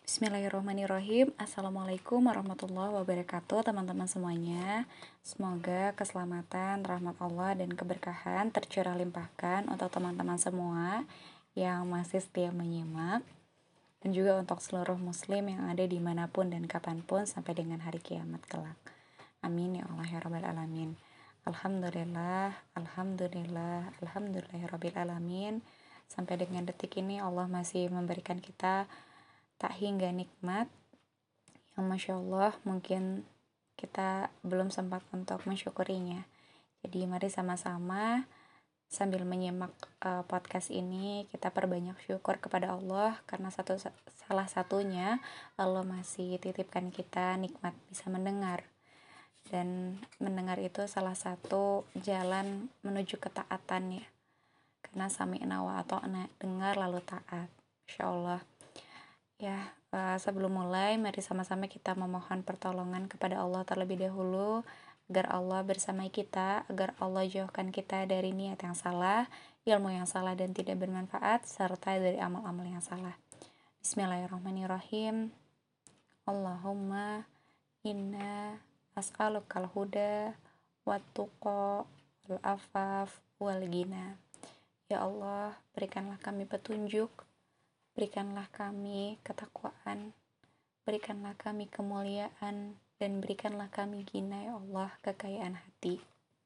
Bismillahirrahmanirrahim. Assalamualaikum warahmatullahi wabarakatuh, teman-teman semuanya. Semoga keselamatan, rahmat Allah, dan keberkahan tercurah limpahkan untuk teman-teman semua yang masih setia menyimak, dan juga untuk seluruh muslim yang ada dimanapun dan kapanpun sampai dengan hari kiamat kelak. Amin ya Allah ya Rabbal Alamin. Alhamdulillah, alhamdulillah, alhamdulillahirabbil alamin. Sampai dengan detik ini Allah masih memberikan kita tak hingga nikmat yang Masya Allah mungkin kita belum sempat untuk mensyukurinya. Jadi mari sama-sama sambil menyimak podcast ini kita perbanyak syukur kepada Allah, karena salah satunya Allah masih titipkan kita nikmat bisa mendengar, dan mendengar itu salah satu jalan menuju ketaatan ya, karena sami'na wa ata'na, dengar lalu taat, Insya Allah. Ya, sebelum mulai, mari sama-sama kita memohon pertolongan kepada Allah terlebih dahulu, agar Allah bersamai kita, agar Allah jauhkan kita dari niat yang salah, ilmu yang salah dan tidak bermanfaat, serta dari amal-amal yang salah. Bismillahirrahmanirrahim. Allahumma inna as'alukal huda wat-tuqa wal-afaf wal-ghina. Ya Allah, berikanlah kami petunjuk, berikanlah kami ketakwaan, berikanlah kami kemuliaan, dan berikanlah kami ghina ya Allah, kekayaan hati.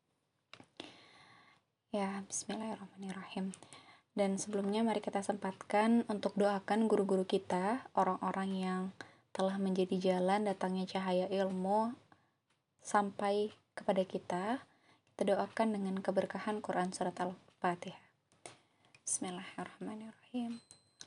Ya, bismillahirrahmanirrahim. Dan sebelumnya mari kita sempatkan untuk doakan guru-guru kita, orang-orang yang telah menjadi jalan datangnya cahaya ilmu sampai kepada kita. Kita doakan dengan keberkahan Quran Surat Al-Fatihah. Bismillahirrahmanirrahim.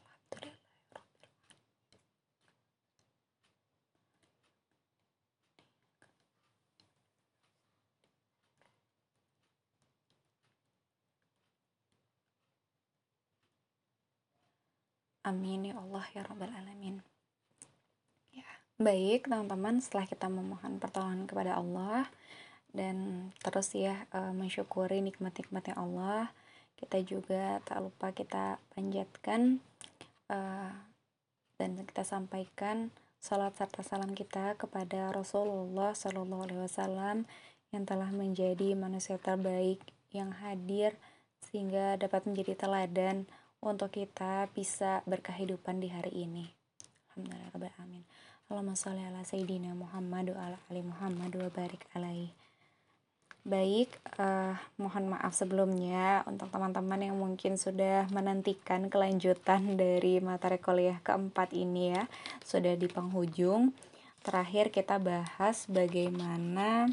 Amin ya Allah ya Rabbal Alamin. Ya, baik teman-teman, setelah kita memohon pertolongan kepada Allah dan terus ya mensyukuri nikmat-nikmatnya Allah, kita juga tak lupa kita panjatkan dan kita sampaikan salat serta salam kita kepada Rasulullah Shallallahu Alaihi Wasallam yang telah menjadi manusia terbaik yang hadir sehingga dapat menjadi teladan untuk kita bisa berkehidupan di hari ini. Alhamdulillahirrahmanirrahim. Allahumma sholli ala sayyidina Muhammad wa ala ali Muhammad wa barik alaihi. Baik, mohon maaf sebelumnya untuk teman-teman yang mungkin sudah menantikan kelanjutan dari materi kuliah keempat ini ya, sudah di penghujung. Terakhir kita bahas bagaimana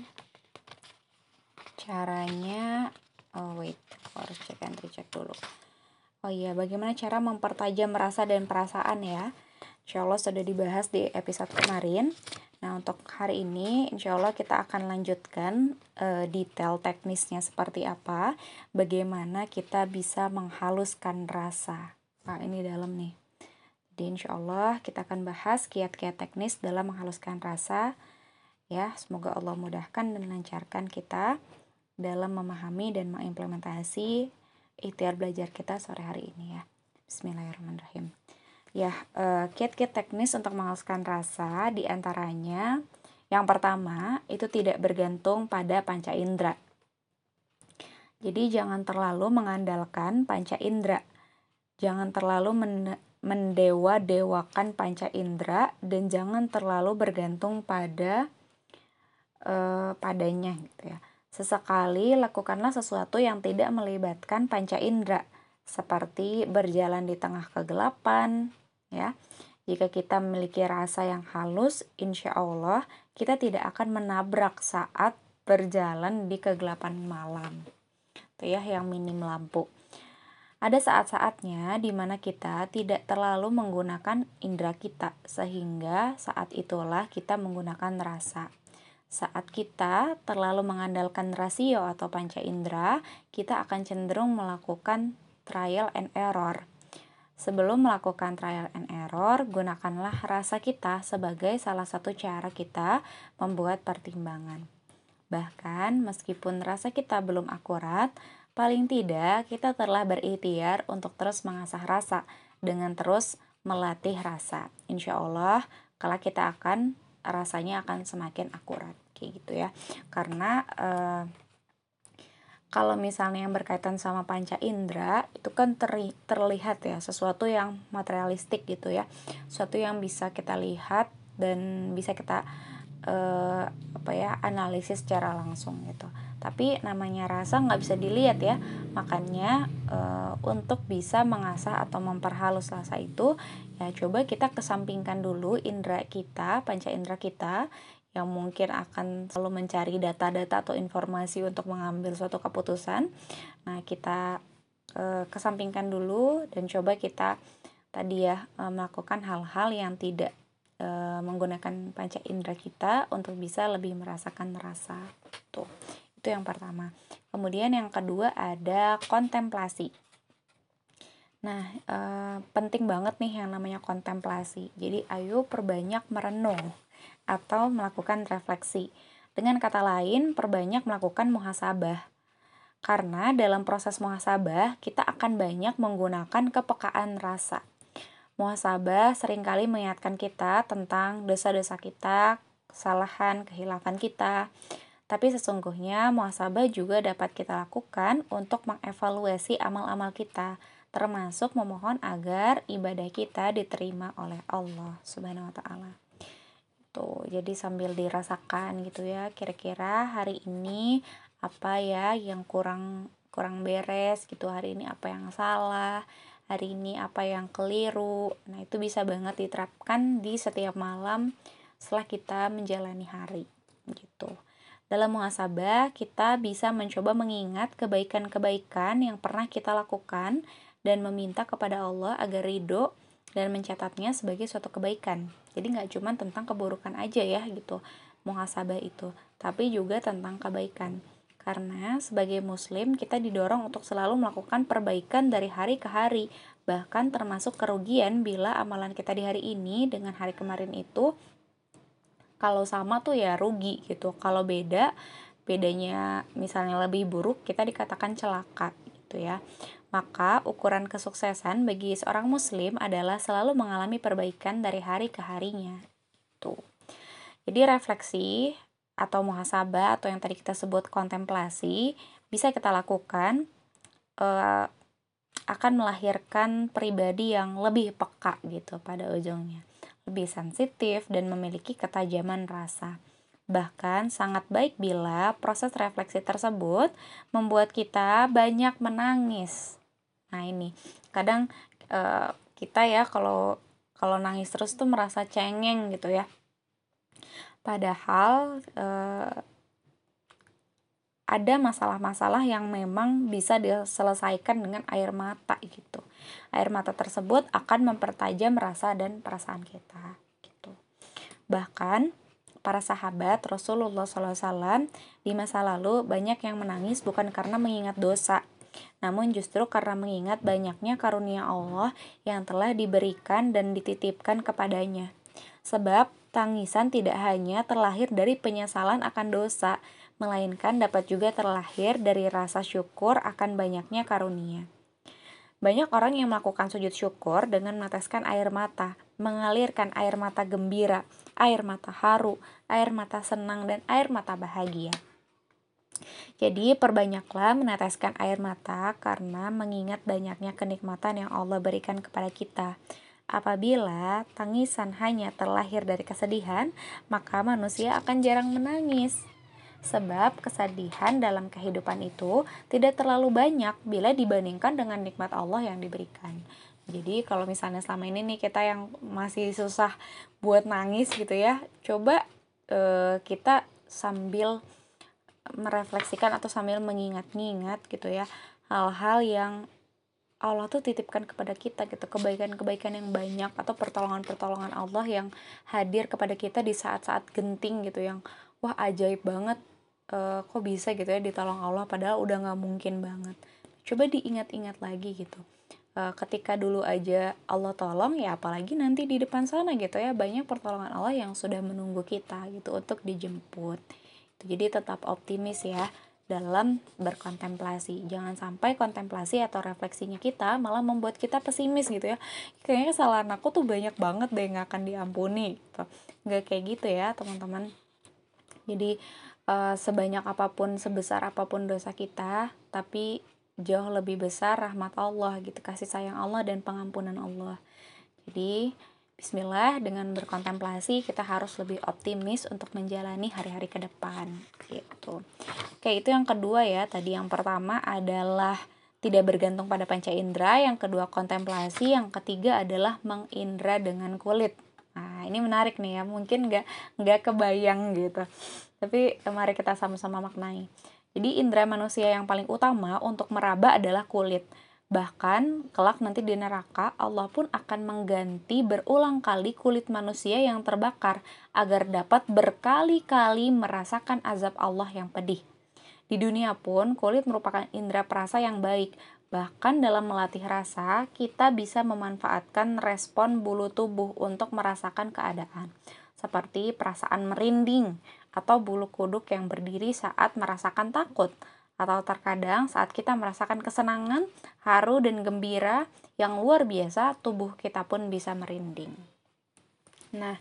caranya, harus cek and recheck dulu. Bagaimana cara mempertajam rasa dan perasaan ya. Insya Allah sudah dibahas di episode kemarin. Nah, untuk hari ini insya Allah kita akan lanjutkan detail teknisnya seperti apa, bagaimana kita bisa menghaluskan rasa. Nah, ini dalam nih. Jadi insya Allah kita akan bahas kiat-kiat teknis dalam menghaluskan rasa. Ya, semoga Allah mudahkan dan lancarkan kita dalam memahami dan mengimplementasi ikhtiar belajar kita sore hari ini ya. Bismillahirrahmanirrahim. Ya, kiat-kiat teknis untuk menghaluskan rasa diantaranya yang pertama itu tidak bergantung pada panca indera. Jadi jangan terlalu mengandalkan panca indera. Jangan terlalu mendewa-dewakan panca indera, dan jangan terlalu bergantung padanya gitu ya. Sesekali lakukanlah sesuatu yang tidak melibatkan panca indera, seperti berjalan di tengah kegelapan ya. Jika kita memiliki rasa yang halus, insya Allah kita tidak akan menabrak saat berjalan di kegelapan malam. Itu ya, yang minim lampu. Ada saat-saatnya di mana kita tidak terlalu menggunakan indera kita, sehingga saat itulah kita menggunakan rasa. Saat kita terlalu mengandalkan rasio atau panca indera, kita akan cenderung melakukan trial and error. Sebelum melakukan trial and error, gunakanlah rasa kita sebagai salah satu cara kita membuat pertimbangan. Bahkan meskipun rasa kita belum akurat, paling tidak kita telah berikhtiar untuk terus mengasah rasa dengan terus melatih rasa. Insya Allah kalau kita akan rasanya akan semakin akurat kayak gitu ya. Karena kalau misalnya yang berkaitan sama panca indera itu kan terlihat ya, sesuatu yang materialistik gitu ya, sesuatu yang bisa kita lihat dan bisa kita analisis secara langsung gitu. Tapi namanya rasa nggak bisa dilihat ya, makanya untuk bisa mengasah atau memperhalus rasa itu ya coba kita kesampingkan dulu indera kita, panca indera kita yang mungkin akan selalu mencari data-data atau informasi untuk mengambil suatu keputusan. Nah, kita kesampingkan dulu dan coba kita tadi ya melakukan hal-hal yang tidak menggunakan panca indera kita untuk bisa lebih merasakan rasa. Tuh. Itu yang pertama. Kemudian yang kedua ada kontemplasi. Nah, penting banget nih yang namanya kontemplasi. Jadi ayo perbanyak merenung atau melakukan refleksi. Dengan kata lain, perbanyak melakukan muhasabah. Karena dalam proses muhasabah, kita akan banyak menggunakan kepekaan rasa. Muhasabah seringkali mengingatkan kita tentang dosa-dosa kita, kesalahan, kehilafan kita. Tapi sesungguhnya muhasabah juga dapat kita lakukan untuk mengevaluasi amal-amal kita, termasuk memohon agar ibadah kita diterima oleh Allah Subhanahu wa taala. Tuh, jadi sambil dirasakan gitu ya, kira-kira hari ini apa ya yang kurang kurang beres gitu, hari ini apa yang salah, hari ini apa yang keliru. Nah, itu bisa banget diterapkan di setiap malam setelah kita menjalani hari gitu. Dalam muhasabah, kita bisa mencoba mengingat kebaikan-kebaikan yang pernah kita lakukan dan meminta kepada Allah agar ridho dan mencatatnya sebagai suatu kebaikan. Jadi nggak cuma tentang keburukan aja ya gitu, muhasabah itu, tapi juga tentang kebaikan. Karena sebagai muslim kita didorong untuk selalu melakukan perbaikan dari hari ke hari, bahkan termasuk kerugian bila amalan kita di hari ini dengan hari kemarin itu kalau sama tuh ya rugi gitu. Kalau bedanya misalnya lebih buruk, kita dikatakan celaka gitu ya. Maka ukuran kesuksesan bagi seorang muslim adalah selalu mengalami perbaikan dari hari ke harinya. Tuh. Jadi refleksi atau muhasabah atau yang tadi kita sebut kontemplasi bisa kita lakukan akan melahirkan pribadi yang lebih peka gitu pada ujungnya, lebih sensitif dan memiliki ketajaman rasa. Bahkan sangat baik bila proses refleksi tersebut membuat kita banyak menangis. Nah, ini kadang kita ya kalau kalau nangis terus tuh merasa cengeng gitu ya. Padahal ada masalah-masalah yang memang bisa diselesaikan dengan air mata gitu. Air mata tersebut akan mempertajam rasa dan perasaan kita gitu. Bahkan para sahabat Rasulullah SAW di masa lalu banyak yang menangis bukan karena mengingat dosa, namun justru karena mengingat banyaknya karunia Allah yang telah diberikan dan dititipkan kepadanya. Sebab tangisan tidak hanya terlahir dari penyesalan akan dosa, melainkan dapat juga terlahir dari rasa syukur akan banyaknya karunia. Banyak orang yang melakukan sujud syukur dengan meneteskan air mata, mengalirkan air mata gembira, air mata haru, air mata senang, dan air mata bahagia. Jadi perbanyaklah meneteskan air mata karena mengingat banyaknya kenikmatan yang Allah berikan kepada kita. Apabila tangisan hanya terlahir dari kesedihan, maka manusia akan jarang menangis. Sebab kesedihan dalam kehidupan itu tidak terlalu banyak bila dibandingkan dengan nikmat Allah yang diberikan. Jadi kalau misalnya selama ini nih kita yang masih susah buat nangis gitu ya, coba kita sambil merefleksikan atau sambil mengingat-ingat gitu ya hal-hal yang Allah tuh titipkan kepada kita gitu, kebaikan-kebaikan yang banyak atau pertolongan-pertolongan Allah yang hadir kepada kita di saat-saat genting gitu, yang wah ajaib banget, kok bisa gitu ya ditolong Allah padahal udah nggak mungkin banget. Coba diingat-ingat lagi gitu, ketika dulu aja Allah tolong ya apalagi nanti di depan sana gitu ya, banyak pertolongan Allah yang sudah menunggu kita gitu untuk dijemput. Jadi tetap optimis ya, dalam berkontemplasi. Jangan sampai kontemplasi atau refleksinya kita malah membuat kita pesimis gitu ya. Kayaknya kesalahan aku tuh banyak banget deh, nggak akan diampuni gitu. Nggak kayak gitu ya teman-teman. Jadi sebanyak apapun, sebesar apapun dosa kita, tapi jauh lebih besar rahmat Allah gitu, kasih sayang Allah dan pengampunan Allah. Jadi bismillah, dengan berkontemplasi kita harus lebih optimis untuk menjalani hari-hari ke depan gitu. Oke, itu yang kedua ya. Tadi yang pertama adalah tidak bergantung pada panca indera, yang kedua kontemplasi, yang ketiga adalah mengindra dengan kulit. Nah, ini menarik nih ya. Mungkin nggak kebayang gitu. Tapi mari kita sama-sama maknai. Jadi indera manusia yang paling utama untuk meraba adalah kulit. Bahkan kelak nanti di neraka Allah pun akan mengganti berulang kali kulit manusia yang terbakar agar dapat berkali-kali merasakan azab Allah yang pedih. Di dunia pun kulit merupakan indera perasa yang baik. Bahkan dalam melatih rasa, kita bisa memanfaatkan respon bulu tubuh untuk merasakan keadaan. Seperti perasaan merinding atau bulu kuduk yang berdiri saat merasakan takut. Atau terkadang saat kita merasakan kesenangan, haru dan gembira yang luar biasa, tubuh kita pun bisa merinding. Nah,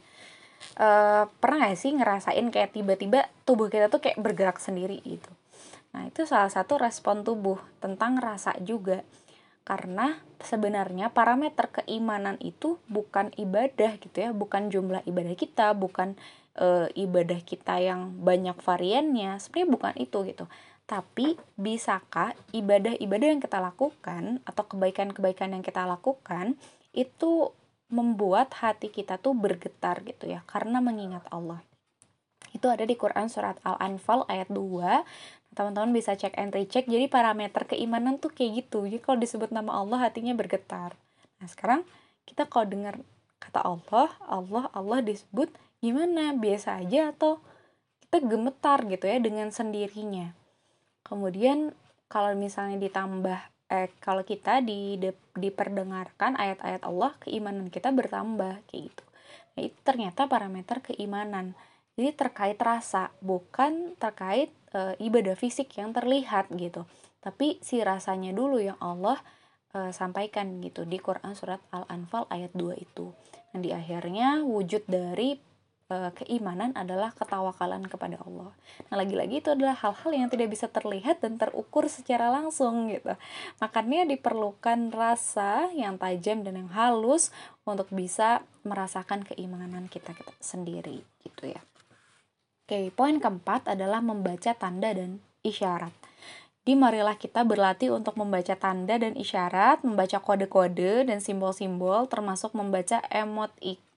pernah gak sih ngerasain kayak tiba-tiba tubuh kita tuh kayak bergerak sendiri gitu? Nah, itu salah satu respon tubuh tentang rasa juga. Karena sebenarnya parameter keimanan itu bukan ibadah gitu ya, bukan jumlah ibadah kita, bukan ibadah kita yang banyak variannya, sebenarnya bukan itu gitu. Tapi bisakah ibadah-ibadah yang kita lakukan atau kebaikan-kebaikan yang kita lakukan itu membuat hati kita tuh bergetar gitu ya, karena mengingat Allah. Itu ada di Quran surat Al-Anfal ayat 2. Teman-teman bisa cek and recheck. Jadi parameter keimanan tuh kayak gitu. Jadi kalau disebut nama Allah hatinya bergetar. Nah, sekarang kita kalau dengar kata Allah, Allah disebut gimana? Biasa aja atau kita gemetar gitu ya dengan sendirinya. Kemudian kalau misalnya ditambah kalau kita diperdengarkan ayat-ayat Allah, keimanan kita bertambah kayak gitu. Nah, itu ternyata parameter keimanan. Jadi terkait rasa, bukan terkait ibadah fisik yang terlihat gitu. Tapi si rasanya dulu yang Allah sampaikan gitu di Quran surat Al-Anfal ayat 2 itu. Nah, di akhirnya wujud dari keimanan adalah ketawakalan kepada Allah. Nah, lagi-lagi itu adalah hal-hal yang tidak bisa terlihat dan terukur secara langsung gitu. Makanya diperlukan rasa yang tajam dan yang halus untuk bisa merasakan keimanan kita sendiri gitu ya. Oke, poin keempat adalah membaca tanda dan isyarat. Jadi marilah kita berlatih untuk membaca tanda dan isyarat, membaca kode-kode dan simbol-simbol, termasuk membaca emot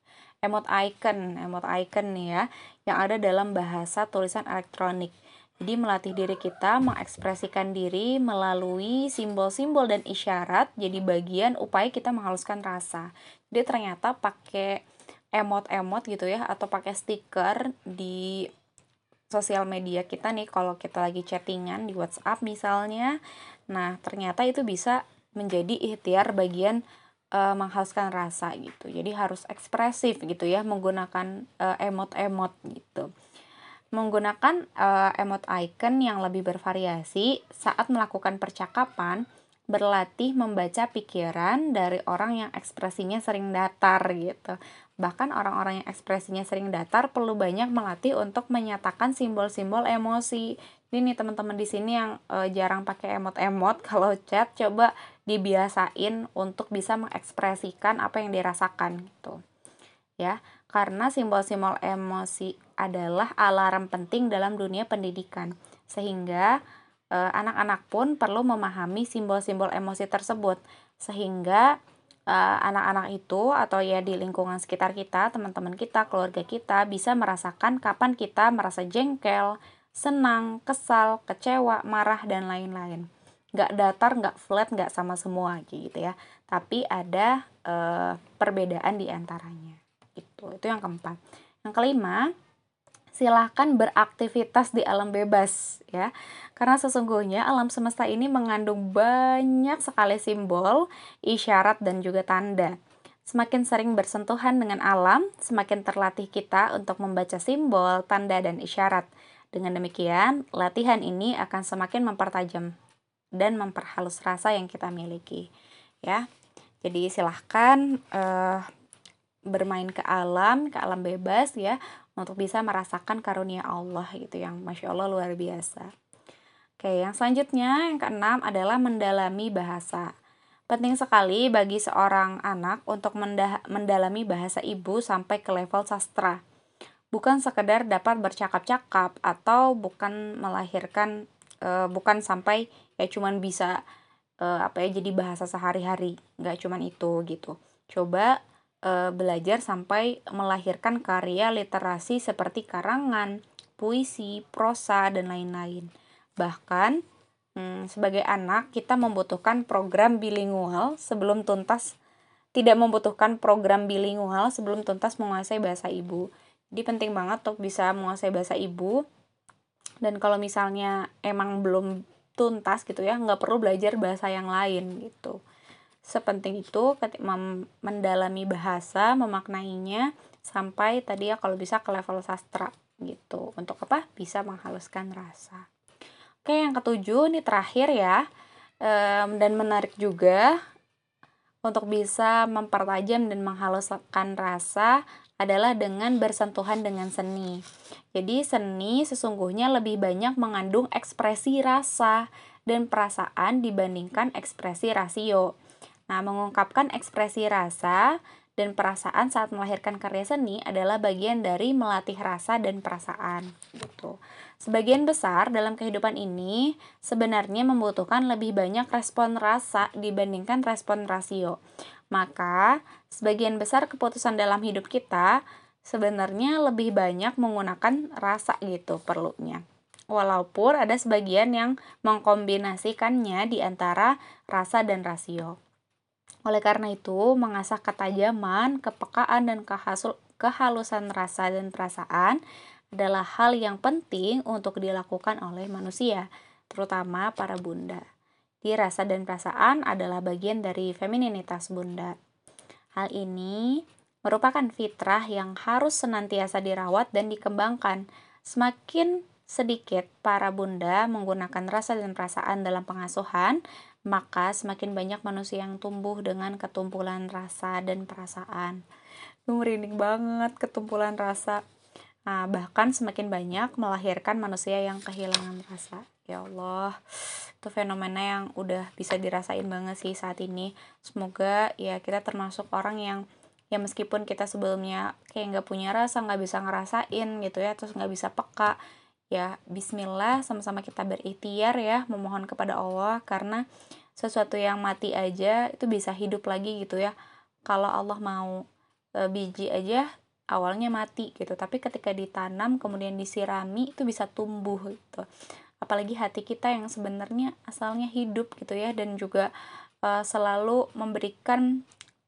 icon nih ya, yang ada dalam bahasa tulisan elektronik. Jadi melatih diri kita mengekspresikan diri melalui simbol-simbol dan isyarat, jadi bagian upaya kita menghaluskan rasa. Jadi ternyata pakai emot-emot gitu ya, atau pakai stiker di sosial media kita nih, kalau kita lagi chattingan di WhatsApp misalnya, nah ternyata itu bisa menjadi ikhtiar bagian menghaluskan rasa gitu. Jadi harus ekspresif gitu ya, menggunakan emot-emot gitu. Menggunakan emot icon yang lebih bervariasi saat melakukan percakapan, berlatih membaca pikiran dari orang yang ekspresinya sering datar gitu. Bahkan orang-orang yang ekspresinya sering datar perlu banyak melatih untuk menyatakan simbol-simbol emosi. Ini teman-teman di sini yang jarang pakai emot-emot, kalau chat coba dibiasain untuk bisa mengekspresikan apa yang dirasakan gitu. Ya, karena simbol-simbol emosi adalah alarm penting dalam dunia pendidikan. Sehingga anak-anak pun perlu memahami simbol-simbol emosi tersebut. Sehingga anak-anak itu atau ya di lingkungan sekitar kita, teman-teman kita, keluarga kita bisa merasakan kapan kita merasa jengkel, senang, kesal, kecewa, marah, dan lain-lain. Nggak datar, nggak flat, nggak sama semua gitu ya. Tapi ada perbedaan di antaranya. Itu yang keempat. Yang kelima, silahkan beraktivitas di alam bebas ya. Karena sesungguhnya alam semesta ini mengandung banyak sekali simbol, isyarat, dan juga tanda. Semakin sering bersentuhan dengan alam, semakin terlatih kita untuk membaca simbol, tanda, dan isyarat. Dengan demikian, latihan ini akan semakin mempertajam dan memperhalus rasa yang kita miliki, ya. Jadi silahkan bermain ke alam bebas ya, untuk bisa merasakan karunia Allah gitu yang Masya Allah luar biasa. Oke, yang selanjutnya, yang keenam adalah mendalami bahasa. Penting sekali bagi seorang anak untuk mendalami bahasa ibu sampai ke level sastra. Bukan sekedar dapat bercakap-cakap atau bukan melahirkan, bukan sampai ya cuman bisa jadi bahasa sehari-hari, nggak cuman itu gitu. Coba belajar sampai melahirkan karya literasi seperti karangan, puisi, prosa, dan lain-lain. Bahkan sebagai anak kita membutuhkan program bilingual sebelum tuntas tidak membutuhkan program bilingual sebelum tuntas menguasai bahasa ibu. Jadi penting banget untuk bisa menguasai bahasa ibu. Dan kalau misalnya emang belum tuntas gitu ya, nggak perlu belajar bahasa yang lain gitu. Sepenting itu mendalami bahasa, memaknainya sampai tadi ya kalau bisa ke level sastra gitu. Untuk apa? Bisa menghaluskan rasa. Oke, yang ketujuh, ini terakhir ya, dan menarik juga untuk bisa mempertajam dan menghaluskan rasa adalah dengan bersentuhan dengan seni. Jadi seni sesungguhnya lebih banyak mengandung ekspresi rasa dan perasaan dibandingkan ekspresi rasio. Nah, mengungkapkan ekspresi rasa dan perasaan saat melahirkan karya seni adalah bagian dari melatih rasa dan perasaan gitu. Sebagian besar dalam kehidupan ini sebenarnya membutuhkan lebih banyak respon rasa dibandingkan respon rasio. Maka, sebagian besar keputusan dalam hidup kita sebenarnya lebih banyak menggunakan rasa gitu perlunya. Walaupun ada sebagian yang mengkombinasikannya di antara rasa dan rasio. Oleh karena itu, mengasah ketajaman, kepekaan, dan kehalusan rasa dan perasaan adalah hal yang penting untuk dilakukan oleh manusia, terutama para bunda. Di rasa dan perasaan adalah bagian dari femininitas bunda. Hal ini merupakan fitrah yang harus senantiasa dirawat dan dikembangkan. Semakin sedikit para bunda menggunakan rasa dan perasaan dalam pengasuhan, maka semakin banyak manusia yang tumbuh dengan ketumpulan rasa dan perasaan. Merinding banget ketumpulan rasa. Nah, bahkan semakin banyak melahirkan manusia yang kehilangan rasa. Ya Allah, itu fenomena yang udah bisa dirasain banget sih saat ini. Semoga ya kita termasuk orang yang ya meskipun kita sebelumnya kayak nggak punya rasa, nggak bisa ngerasain gitu ya, terus nggak bisa peka, ya bismillah sama-sama kita berikhtiar ya, memohon kepada Allah, karena sesuatu yang mati aja itu bisa hidup lagi gitu ya. Kalau Allah mau, biji aja awalnya mati gitu, tapi ketika ditanam kemudian disirami itu bisa tumbuh gitu. Apalagi hati kita yang sebenarnya asalnya hidup gitu ya, dan juga selalu memberikan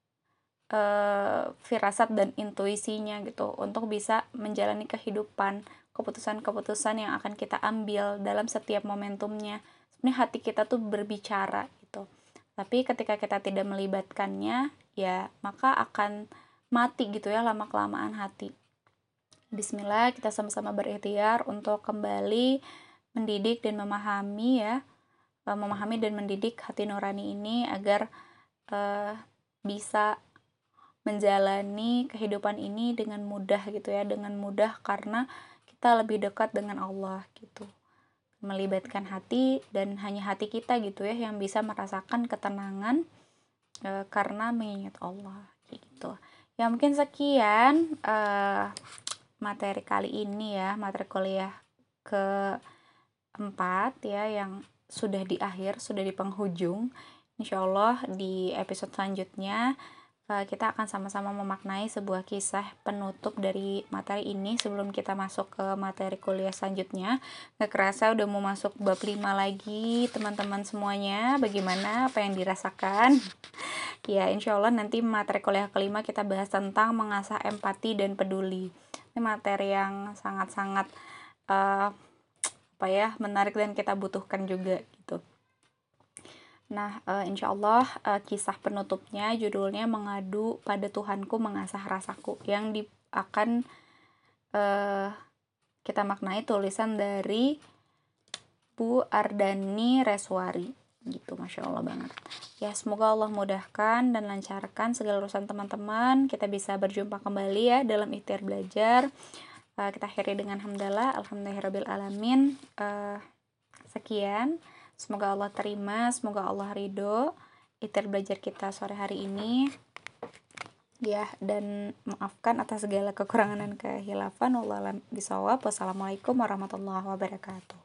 firasat dan intuisinya gitu untuk bisa menjalani kehidupan, keputusan-keputusan yang akan kita ambil dalam setiap momentumnya. Sebenarnya hati kita tuh berbicara gitu. Tapi ketika kita tidak melibatkannya, ya maka akan mati gitu ya lama-kelamaan hati. Bismillah, kita sama-sama berikhtiar untuk kembali mendidik dan memahami ya, memahami dan mendidik hati nurani ini agar bisa menjalani kehidupan ini dengan mudah gitu ya, dengan mudah karena kita lebih dekat dengan Allah gitu. Melibatkan hati, dan hanya hati kita gitu ya yang bisa merasakan ketenangan karena mengingat Allah gitu. Ya mungkin sekian materi kali ini ya, materi kuliah keempat ya yang sudah di akhir, sudah di penghujung. Insyaallah di episode selanjutnya kita akan sama-sama memaknai sebuah kisah penutup dari materi ini sebelum kita masuk ke materi kuliah selanjutnya. Gak kerasa udah mau masuk bab 5 lagi teman-teman semuanya. Bagaimana, apa yang dirasakan? Ya insya Allah nanti materi kuliah kelima kita bahas tentang mengasah empati dan peduli. Ini materi yang sangat-sangat menarik dan kita butuhkan juga gitu. Nah, insya Allah kisah penutupnya judulnya Mengadu pada Tuhanku Mengasah Rasaku, yang akan kita maknai tulisan dari Bu Ardani Reswari gitu. Masya Allah banget ya. Semoga Allah mudahkan dan lancarkan segala urusan teman-teman. Kita bisa berjumpa kembali ya dalam ikhtiar belajar. Kita akhiri dengan hamdalah, alhamdulillahirabbil alamin. Sekian, semoga Allah terima, semoga Allah ridho ikhtiar belajar kita sore hari ini ya, dan maafkan atas segala kekurangan dan kehilafan. Wallahualam bishawab. Wassalamualaikum warahmatullahi wabarakatuh.